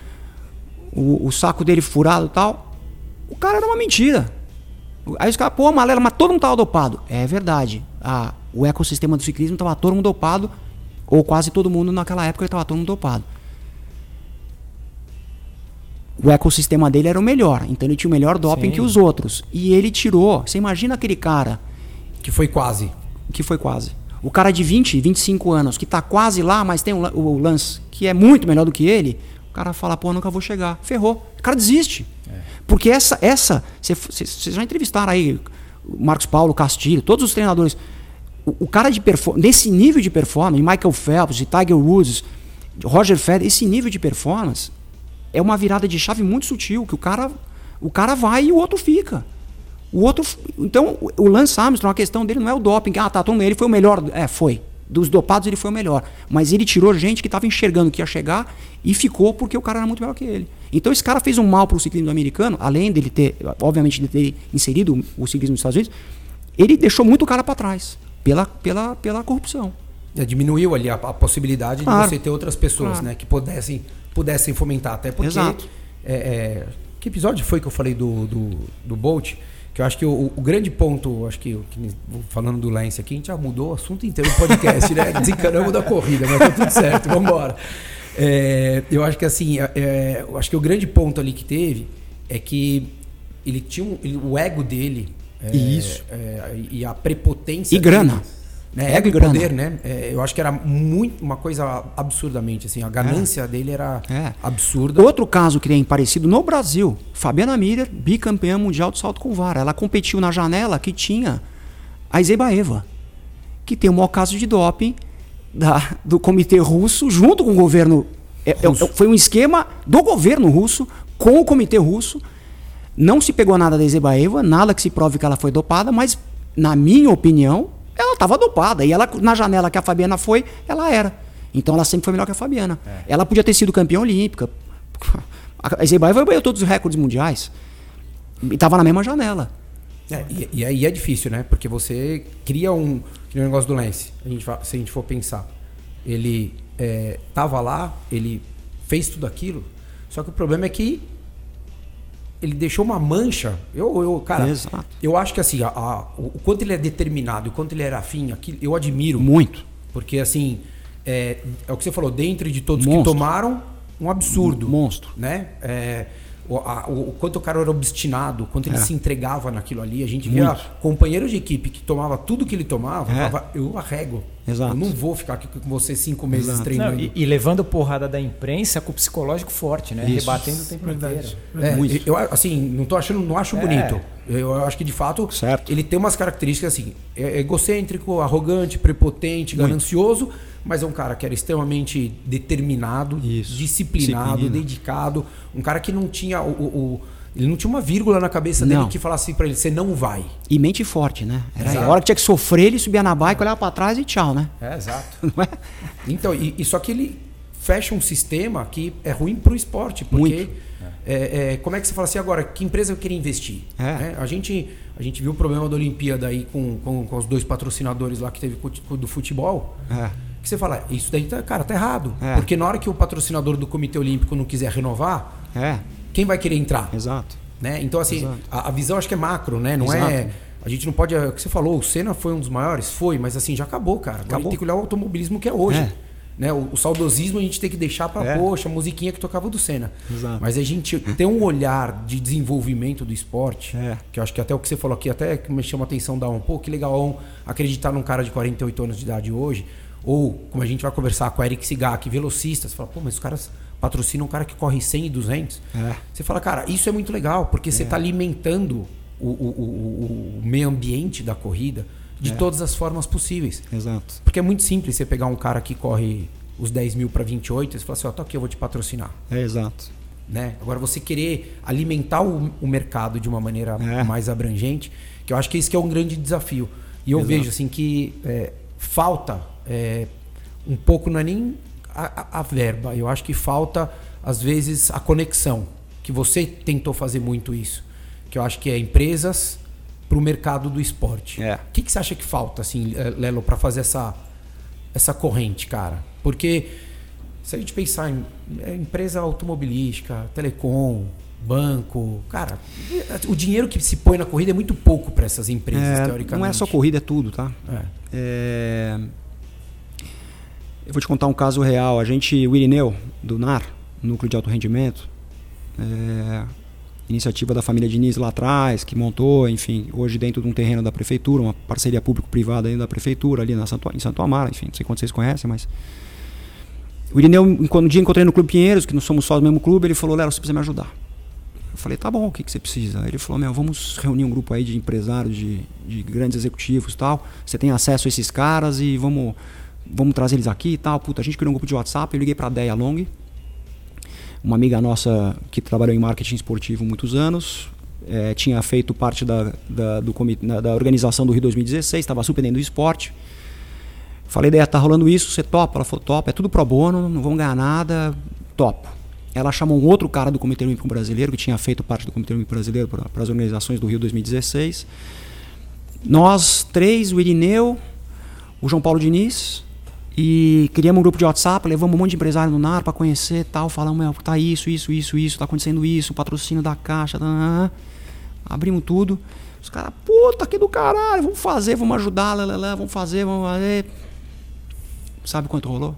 o saco dele furado e tal. O cara era uma mentira. Aí os caras, Malela, mas todo mundo tava dopado. É verdade. O ecossistema do ciclismo tava todo mundo dopado, ou quase todo mundo naquela época tava todo mundo dopado. o ecossistema dele era o melhor. Então ele tinha o melhor doping Sim. que os outros. E ele tirou. Você imagina aquele cara Que foi quase. que foi quase. O cara de 20, 25 anos, que tá quase lá, mas tem o Lance, que é muito melhor do que ele, o cara fala, pô, nunca vou chegar. Ferrou. O cara desiste. Porque vocês já entrevistaram aí o Marcos Paulo, Castilho, todos os treinadores. O cara de performance, nesse nível de performance, Michael Phelps, Tiger Woods, Roger Federer, esse nível de performance é uma virada de chave muito sutil, que o cara vai e o outro fica. Então, o Lance Armstrong, a questão dele não é o doping. Ele foi o melhor. Foi. Dos dopados ele foi o melhor. Mas ele tirou gente que estava enxergando que ia chegar e ficou porque o cara era muito melhor que ele. Então esse cara fez um mal para o ciclismo americano, além dele ter, obviamente, de ter inserido o ciclismo nos Estados Unidos, ele deixou muito o cara para trás, pela corrupção. Diminuiu ali a possibilidade Claro. de você ter outras pessoas, Claro. né, que pudessem fomentar. Até porque. Exato. Que episódio foi que eu falei do Bolt? Que eu acho que o grande ponto, acho que falando do Lance aqui, a gente já mudou o assunto inteiro do podcast, né? Desencanamos da corrida, mas tá tudo certo, vamos embora. Eu acho que assim, eu acho que o grande ponto ali que teve é que ele tinha o ego dele. Isso. E a prepotência. E grana. Dele, né? Ego Ego e e grana. poder, né? Eu acho que era uma coisa absurdamente, assim, a ganância dele era absurda. Outro caso que tem parecido no Brasil, Fabiana Miller, bicampeã mundial de salto com vara. Ela competiu na janela que tinha a Izebaeva, que tem o maior caso de doping do comitê russo, junto com o governo. Foi um esquema do governo russo com o comitê russo. Não se pegou nada da Izebaeva, nada que se prove que ela foi dopada, mas, na minha opinião, ela estava dopada. E ela, na janela que a Fabiana foi, ela era. Então ela sempre foi melhor que a Fabiana. Ela podia ter sido campeã olímpica. A Izebaeva ganhou todos os recordes mundiais. E estava na mesma janela. E aí é difícil, né? Porque você cria um negócio do Lance. Se a gente for pensar, ele tava lá, ele fez tudo aquilo, só que o problema é que ele deixou uma mancha. Cara, Exato. eu acho que assim, o quanto ele é determinado, o quanto ele era afim, aquilo, eu admiro. Muito. Porque assim, é o que você falou, dentro de todos Monstro. que tomaram, um absurdo. Monstro. Né? O quanto o cara era obstinado, o quanto ele se entregava naquilo ali. A gente via Muito. companheiros de equipe que tomava tudo que ele tomava, falava, eu arrego. Exato. Eu não vou ficar aqui com você 5 meses Exato. treinando. Não, e levando porrada da imprensa com o psicológico forte, né? Isso. Rebatendo o tempo inteiro. Muito. Eu assim, não acho bonito. Eu acho que de fato Certo. ele tem umas características assim, egocêntrico, arrogante, prepotente, ganancioso, mas é um cara que era extremamente determinado, Isso. disciplinado, Disciplina. dedicado, um cara que não tinha ele não tinha uma vírgula na cabeça dele Não. que falasse pra ele, você não vai. E mente forte, né? Era Exato. a hora que tinha que sofrer, ele subia na bike, olhava pra trás e tchau, né? Exato. Não é? Então, e só que ele fecha um sistema que é ruim pro esporte, porque Muito. como é que você fala assim agora, que empresa eu queria investir? É. A gente viu o problema da Olimpíada aí com os 2 patrocinadores lá que teve do futebol. Que você fala, isso daí tá errado. Porque na hora que o patrocinador do Comitê Olímpico não quiser renovar, quem vai querer entrar? Exato. Né? Então, assim, Exato. a visão acho que é macro, né? Não Exato. a gente não pode. O que você falou, o Senna foi um dos maiores? Foi, mas assim, já acabou, cara. Agora a gente tem que olhar o automobilismo que é hoje. Né? O saudosismo a gente tem que deixar pra, poxa, a musiquinha que tocava do Senna. Exato. Mas a gente tem um olhar de desenvolvimento do esporte, que eu acho que até o que você falou aqui, até que me chama a atenção, dá um pouco, que legal acreditar num cara de 48 anos de idade hoje, ou como a gente vai conversar com a Eric Sigak, velocistas, fala, pô, mas os caras patrocinam um cara que corre 100 e 200. Você fala, cara, isso é muito legal, porque você está alimentando o meio ambiente da corrida de todas as formas possíveis. Exato. Porque é muito simples você pegar um cara que corre os 10 mil para 28 e você fala assim, ó, tá aqui, eu vou te patrocinar. Exato. Né? Agora você querer alimentar o mercado de uma maneira mais abrangente, que eu acho que isso que é um grande desafio. E eu vejo assim que falta um pouco, não é nem a verba, eu acho que falta às vezes a conexão, que você tentou fazer muito isso, que eu acho que é empresas para o mercado do esporte. O que você acha que falta, assim, Lelo, para fazer essa corrente, cara? Porque se a gente pensar em empresa automobilística, telecom, banco, cara, o dinheiro que se põe na corrida é muito pouco para essas empresas, teoricamente. Não é só corrida, é tudo, tá? Eu vou te contar um caso real. O Irineu, do NAR, Núcleo de Alto Rendimento, Iniciativa da família Diniz lá atrás, que montou, enfim, hoje dentro de um terreno da prefeitura, uma parceria público-privada dentro da prefeitura, ali em Santo Amaro, enfim, não sei quantos vocês conhecem, mas... O Irineu, no dia que encontrei no Clube Pinheiros, que nós somos só do mesmo clube, ele falou, Léo, você precisa me ajudar. Eu falei, tá bom, o que você precisa? Ele falou, vamos reunir um grupo aí de empresários, de grandes executivos e tal, você tem acesso a esses caras e vamos trazer eles aqui e tal. Puta, a gente criou um grupo de WhatsApp, eu liguei pra Deia Long, uma amiga nossa que trabalhou em marketing esportivo muitos anos, tinha feito parte da organização do Rio 2016, estava super dentro do esporte. Falei, Deia, tá rolando isso, você topa? Ela falou, topa, é tudo pro bono, não vamos ganhar nada, topo. Ela chamou um outro cara do Comitê Olímpico Brasileiro, que tinha feito parte do Comitê Olímpico Brasileiro para as organizações do Rio 2016. Nós três, o Irineu, o João Paulo Diniz, e criamos um grupo de WhatsApp, levamos um monte de empresário no NAR para conhecer tal, falamos, tá isso, tá acontecendo isso, patrocínio da Caixa, abrimos tudo. Os caras, puta que do caralho, vamos fazer, vamos ajudar, vamos fazer. Sabe quanto rolou?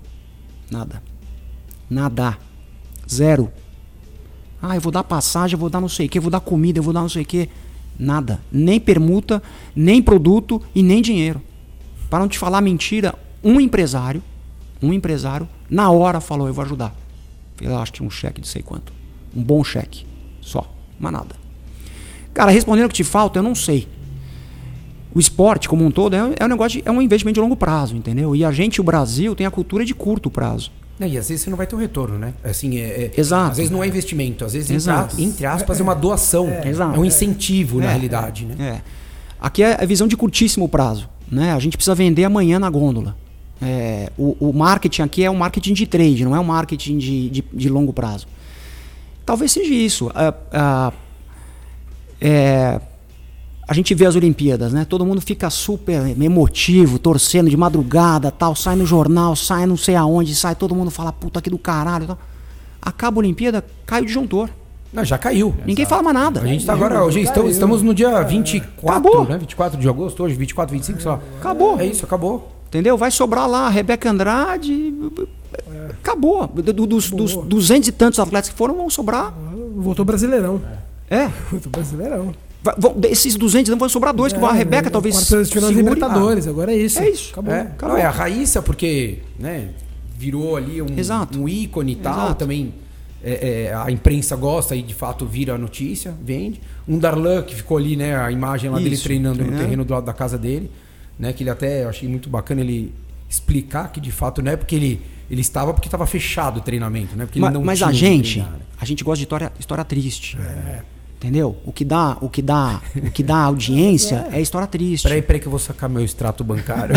Nada. Zero. Eu vou dar passagem, eu vou dar não sei o que, eu vou dar comida, eu vou dar não sei o que. Nada. Nem permuta, nem produto e nem dinheiro. Para não te falar mentira, um empresário, na hora falou, eu vou ajudar. Eu acho que um cheque de sei quanto. Um bom cheque. Só. Mas nada. Cara, respondendo o que te falta, eu não sei. O esporte como um todo é um negócio, é um investimento de longo prazo, entendeu? E o Brasil, tem a cultura de curto prazo. E às vezes você não vai ter um retorno, né? Assim, Exato. Às vezes não é investimento, às vezes, entre aspas, é uma doação. É um incentivo, na realidade, né? Aqui é a visão de curtíssimo prazo, né? A gente precisa vender amanhã na gôndola. O marketing aqui é um marketing de trade, não é um marketing de longo prazo. Talvez seja isso. A gente vê as Olimpíadas, né? Todo mundo fica super emotivo, torcendo de madrugada, tal, sai no jornal, sai não sei aonde, sai, todo mundo fala, puta que do caralho, tal. Acaba a Olimpíada, cai o disjuntor. Não, já caiu. Ninguém fala mais nada. A gente tá agora, hoje estamos no dia 24, né? 24 de agosto, hoje 24, 25, sei lá. Acabou. É isso, acabou. Entendeu? Vai sobrar lá a Rebeca Andrade, acabou. Dos 200 e tantos atletas que foram, vão sobrar. Voltou Brasileirão. Voltou Brasileirão. Esses 200 não vão sobrar dois, que a Rebeca talvez quartas de final de Libertadores, agora é isso. É isso. Acabou. Não, a Raíssa, porque virou ali um ícone e tal. Exato. Também a imprensa gosta e de fato vira a notícia, vende. Um Darlan, que ficou ali, né, a imagem lá dele treinando no terreno do lado da casa dele, né, que ele até, eu achei muito bacana ele explicar que de fato não é porque ele estava, porque estava fechado o treinamento, né? Porque ele não tinha a gente gosta de história triste. Entendeu? O que dá audiência é história triste. Peraí que eu vou sacar meu extrato bancário.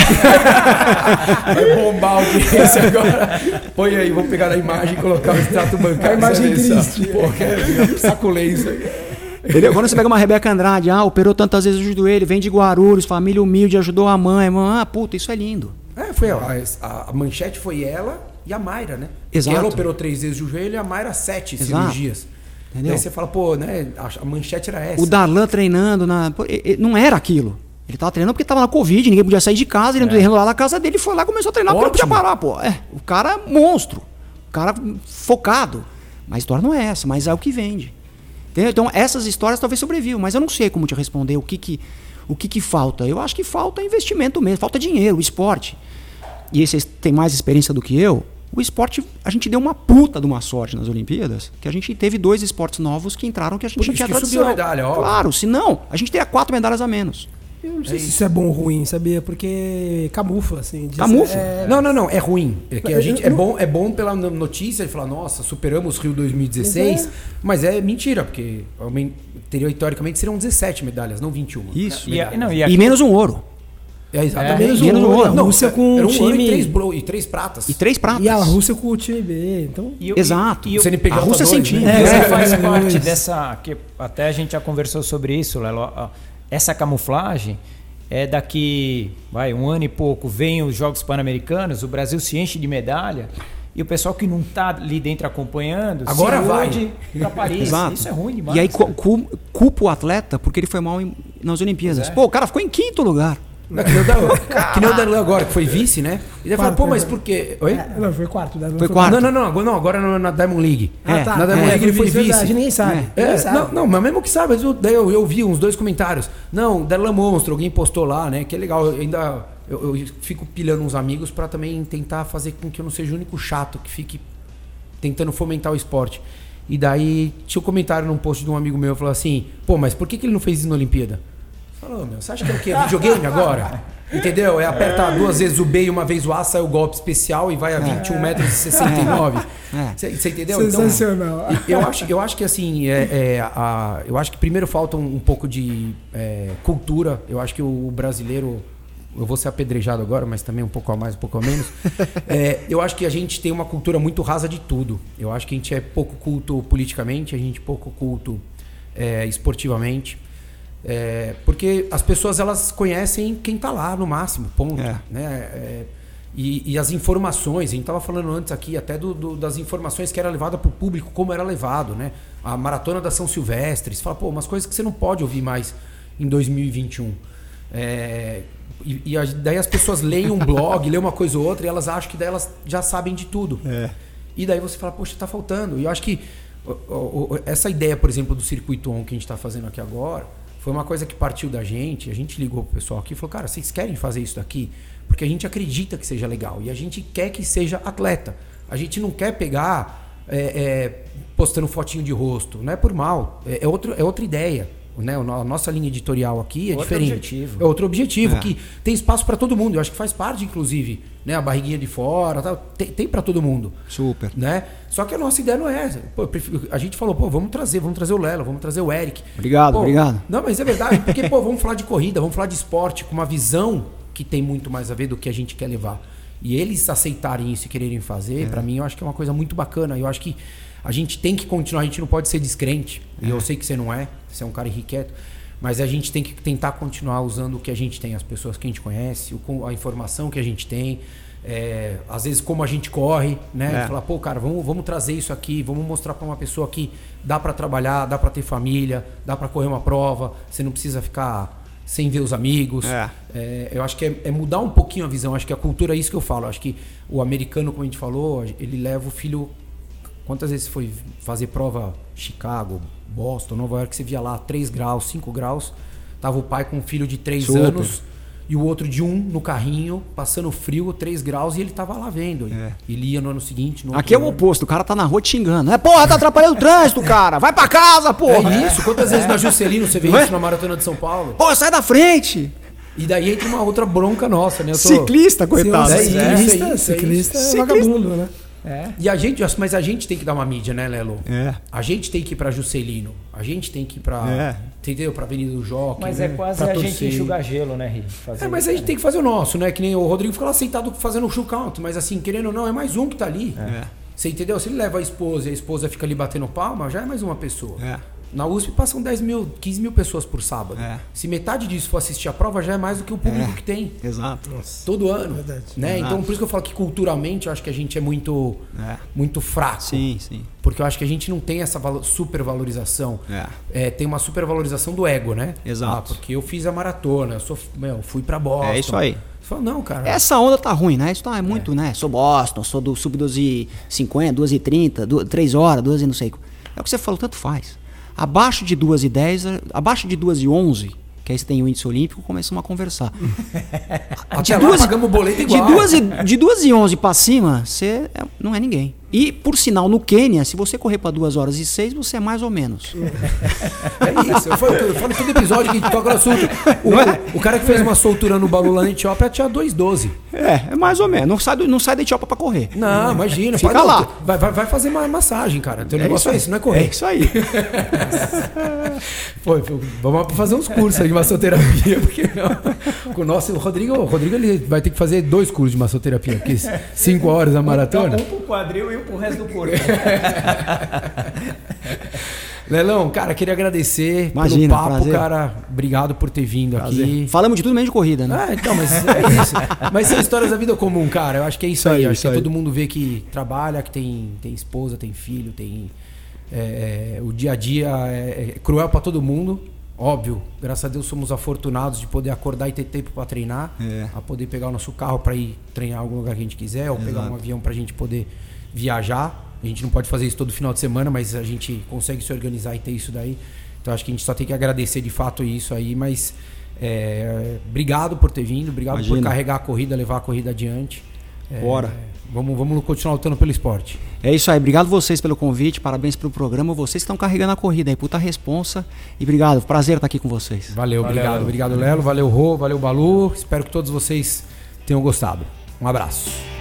Vai bombar a audiência agora. Põe aí, vou pegar a imagem e colocar o extrato bancário. A imagem triste. Saculei isso aí. Entendeu? Quando você pega uma Rebeca Andrade, operou tantas vezes o joelho, vem de Guarulhos, família humilde, ajudou a mãe. Puta, isso é lindo. Foi a manchete foi ela e a Mayra, né? Exato. Porque ela operou 3 vezes o joelho e a Mayra 7 cirurgias. Entendeu? Aí você fala, né? A manchete era essa. O Darlan treinando não era aquilo. Ele tava treinando porque tava na Covid, ninguém podia sair de casa, ele treinando lá na casa dele, foi lá e começou a treinar porque não podia parar, o cara é monstro. O cara focado. Mas a história não é essa, mas é o que vende. Entendeu? Então essas histórias talvez sobrevivam, mas eu não sei como te responder o que falta. Eu acho que falta investimento mesmo, falta dinheiro, o esporte. E vocês têm mais experiência do que eu. O esporte, a gente deu uma puta de uma sorte nas Olimpíadas, que a gente teve 2 esportes novos que entraram que a gente não tinha tradição. Subiu a medalha, óbvio. Claro, senão a gente teria 4 medalhas a menos. Eu não sei se isso é bom ou ruim, sabia? Porque camufla, assim. Camufla? Não, é ruim. É que a gente é bom pela notícia de falar, nossa, superamos o Rio 2016, mas é mentira, porque teoricamente seriam 17 medalhas, não 21. Isso. E menos um ouro. Exatamente. Menos um ouro. A Rússia com era um time... e 3 pratas. E 3 pratas. E a Rússia com o time B. Então... Exato. A Rússia sem time. Você faz parte dessa... que até a gente já conversou sobre isso, Lelo. Essa camuflagem é daqui, um ano e pouco, vem os Jogos Pan-Americanos, o Brasil se enche de medalha e o pessoal que não está ali dentro acompanhando agora vai para Paris. Exato. Isso é ruim demais. E aí culpa o atleta porque ele foi mal nas Olimpíadas. O cara ficou em 5º lugar. Não, que nem o Darlan agora, que foi vice, né? E daí falou, pô, mas por quê? Oi? Não, foi quarto. Foi quarto. Não, agora na Diamond League. Tá. Na Diamond League ele foi vice. Verdade, ninguém sabe. Não, mas mesmo que sabe, daí eu vi uns 2 comentários. Não, Darlan Monstro, alguém postou lá, né? Que é legal, eu fico pilhando uns amigos pra também tentar fazer com que eu não seja o único chato que fique tentando fomentar o esporte. E daí tinha um comentário num post de um amigo meu, falou assim, pô, mas por que ele não fez isso na Olimpíada? Falou, meu, você acha que é o quê? É videogame agora? Entendeu? É apertar 2 vezes o B e 1 vez o A, sai o golpe especial e vai a 21 metros e 69. Você entendeu? Sensacional. Então, eu acho que assim, eu acho que primeiro falta um pouco de cultura. Eu acho que o brasileiro, eu vou ser apedrejado agora, mas também um pouco a mais, um pouco a menos. Eu acho que a gente tem uma cultura muito rasa de tudo. Eu acho que a gente é pouco culto politicamente, a gente é pouco culto esportivamente. Porque as pessoas elas conhecem quem está lá no máximo, ponto. Né? E as informações, a gente estava falando antes aqui até das informações que era levada para o público, como era levado, né? A maratona da São Silvestre, você fala, pô, umas coisas que você não pode ouvir mais em 2021. Daí as pessoas leem um blog, leem uma coisa ou outra e elas acham que daí elas já sabem de tudo. E daí você fala, poxa, está faltando. E eu acho que essa ideia, por exemplo, do Circuito On que a gente está fazendo aqui agora, foi uma coisa que partiu da gente. A gente ligou pro pessoal aqui e falou, cara, vocês querem fazer isso daqui? Porque a gente acredita que seja legal e a gente quer que seja atleta. A gente não quer pegar postando fotinho de rosto. Não é por mal, é outra ideia. Né? A nossa linha editorial aqui é diferente. Objetivo. É outro objetivo, que tem espaço para todo mundo. Eu acho que faz parte, inclusive, né? A barriguinha de fora, tal, tem para todo mundo. Super. Né? Só que a nossa ideia não é essa. Pô, a gente falou, pô, vamos trazer o Lelo, vamos trazer o Eric. Obrigado. Não, mas é verdade, porque, pô, vamos falar de corrida, vamos falar de esporte com uma visão que tem muito mais a ver do que a gente quer levar. E eles aceitarem isso e quererem fazer, para mim, eu acho que é uma coisa muito bacana. Eu acho que a gente tem que continuar, a gente não pode ser descrente. E eu sei que você não é, você é um cara irrequieto. Mas a gente tem que tentar continuar usando o que a gente tem, as pessoas que a gente conhece, a informação que a gente tem. Às vezes como a gente corre, né? Falar, pô, cara, vamos trazer isso aqui, vamos mostrar para uma pessoa que dá para trabalhar, dá para ter família, dá para correr uma prova, você não precisa ficar sem ver os amigos. Eu acho que é mudar um pouquinho a visão. Acho que a cultura é isso que eu falo. Acho que o americano, como a gente falou, ele leva o filho. Quantas vezes você foi fazer prova Chicago, Boston, Nova York, você via lá 3 graus, 5 graus, tava o pai com um filho de 3 anos e o outro de 1 no carrinho, passando frio, 3 graus, e ele tava lá vendo. Ele ia no ano seguinte. Aqui é o oposto, o cara tá na rua te xingando. Porra, tá atrapalhando o trânsito, cara. Vai pra casa, porra. É isso, quantas vezes na Juscelino você vê isso na Maratona de São Paulo? Pô, sai da frente. E daí entra uma outra bronca nossa, né? Ciclista, coitado. Ciclista é vagabundo, né? E mas a gente tem que dar uma mídia, né, Lelo? A gente tem que ir pra Juscelino. A gente tem que ir pra. Entendeu? Pra Avenida do Jockey. Mas é quase a gente enxugar gelo, né, Ri? Mas a gente tem que fazer o nosso, né? Que nem o Rodrigo ficou lá sentado fazendo o shoe count. Mas assim, querendo ou não, é mais um que tá ali. Você entendeu? Se ele leva a esposa e a esposa fica ali batendo palma, já é mais uma pessoa. Na USP passam 10 mil, 15 mil pessoas por sábado. Se metade disso for assistir a prova, já é mais do que o público que tem. Exato. Todo ano. Verdade. Né? Então, por isso que eu falo que culturalmente eu acho que a gente é muito fraco. Sim. Porque eu acho que a gente não tem essa supervalorização. Tem uma supervalorização do ego, né? Exato. Porque eu fiz a maratona, eu fui pra Boston. É isso aí. Você fala, não, cara. Essa onda tá ruim, né? Isso tá muito, né? Sou Boston, sou do sub-12:50, 2:30, 3 horas, 2 e não sei. É o que você falou, tanto faz. Abaixo de 2:10, abaixo de 2:11, que aí você tem o índice olímpico, começamos a conversar. Até lá pagamos o boleto igual. De 2:11 para cima, você não é ninguém. E, por sinal, no Quênia, se você correr para 2:06, você é mais ou menos. É isso. Eu falo todo episódio que a gente toca no assunto. O cara que fez uma soltura no Balu lá na Etiópia tinha 2:12. É mais ou menos. Não sai da Etiópia para correr. Não, imagina. Fica lá. Vai fazer uma massagem, cara. Teu negócio é isso, não é correr. É isso aí. Pô, vamos fazer uns cursos aí de massoterapia. Porque com o nosso Rodrigo ele vai ter que fazer 2 cursos de massoterapia. Porque 5 horas a maratona. Um pro quadril e um pro resto do corpo. Lelão, cara, queria agradecer pelo papo, prazer. Cara. Obrigado por ter vindo aqui. Falamos de tudo menos de corrida, né? Então, mas é isso. Mas são histórias da vida comum, cara. Eu acho que é isso aí. Acho que todo mundo vê que trabalha, que tem esposa, tem filho, tem... o dia a dia é cruel pra todo mundo, Óbvio, graças a Deus somos afortunados de poder acordar e ter tempo para treinar, a poder pegar o nosso carro para ir treinar em algum lugar que a gente quiser, ou pegar um avião para a gente poder viajar. A gente não pode fazer isso todo final de semana, mas a gente consegue se organizar e ter isso daí. Então acho que a gente só tem que agradecer de fato isso aí, mas obrigado por ter vindo, obrigado por carregar a corrida, levar a corrida adiante. Bora. Vamos continuar lutando pelo esporte. É isso aí, obrigado vocês pelo convite, parabéns pelo programa, vocês estão carregando a corrida aí, puta responsa, e obrigado, prazer estar aqui com vocês. Valeu. Obrigado Lelo, valeu Rô, valeu Balu, espero que todos vocês tenham gostado. Um abraço.